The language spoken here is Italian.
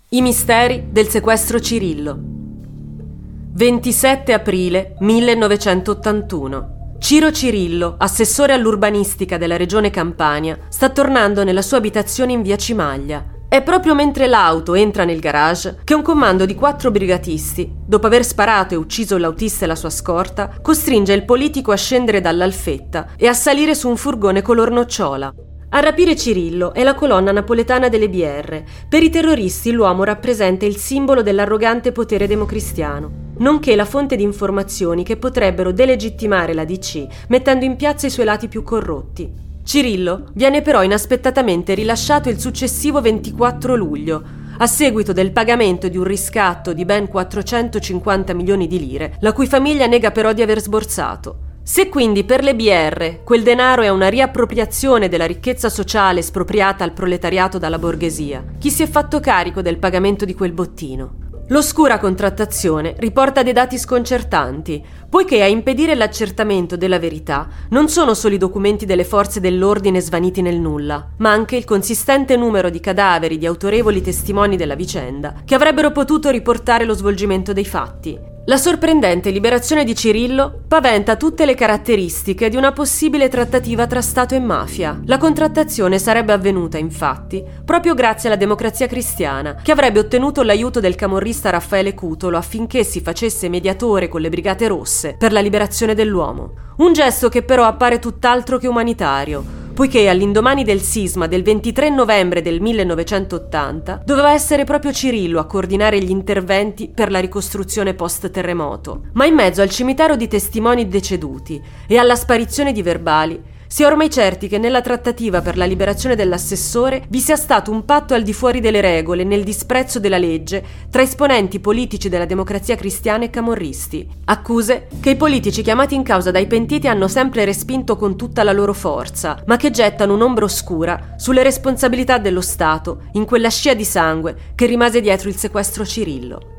I misteri del sequestro Cirillo. 27 aprile 1981. Ciro Cirillo, assessore all'urbanistica della regione Campania, sta tornando nella sua abitazione in via Cimaglia. È proprio mentre l'auto entra nel garage che un comando di 4 brigatisti, dopo aver sparato e ucciso l'autista e la sua scorta, costringe il politico a scendere dall'Alfetta e a salire su un furgone color nocciola. A rapire Cirillo è la colonna napoletana delle BR. Per i terroristi l'uomo rappresenta il simbolo dell'arrogante potere democristiano, nonché la fonte di informazioni che potrebbero delegittimare la DC, mettendo in piazza i suoi lati più corrotti. Cirillo viene però inaspettatamente rilasciato il successivo 24 luglio, a seguito del pagamento di un riscatto di ben 450 milioni di lire, la cui famiglia nega però di aver sborsato. Se quindi per le BR quel denaro è una riappropriazione della ricchezza sociale espropriata al proletariato dalla borghesia, chi si è fatto carico del pagamento di quel bottino? L'oscura contrattazione riporta dei dati sconcertanti, poiché a impedire l'accertamento della verità non sono solo i documenti delle forze dell'ordine svaniti nel nulla, ma anche il consistente numero di cadaveri di autorevoli testimoni della vicenda che avrebbero potuto riportare lo svolgimento dei fatti. La sorprendente liberazione di Cirillo paventa tutte le caratteristiche di una possibile trattativa tra Stato e mafia. La contrattazione sarebbe avvenuta, infatti, proprio grazie alla Democrazia Cristiana, che avrebbe ottenuto l'aiuto del camorrista Raffaele Cutolo affinché si facesse mediatore con le Brigate Rosse per la liberazione dell'uomo. Un gesto che però appare tutt'altro che umanitario, poiché all'indomani del sisma del 23 novembre del 1980 doveva essere proprio Cirillo a coordinare gli interventi per la ricostruzione post-terremoto. Ma in mezzo al cimitero di testimoni deceduti e alla sparizione di verbali, si è ormai certi che nella trattativa per la liberazione dell'assessore vi sia stato un patto al di fuori delle regole, nel disprezzo della legge, tra esponenti politici della Democrazia Cristiana e camorristi. Accuse che i politici chiamati in causa dai pentiti hanno sempre respinto con tutta la loro forza, ma che gettano un'ombra oscura sulle responsabilità dello Stato in quella scia di sangue che rimase dietro il sequestro Cirillo.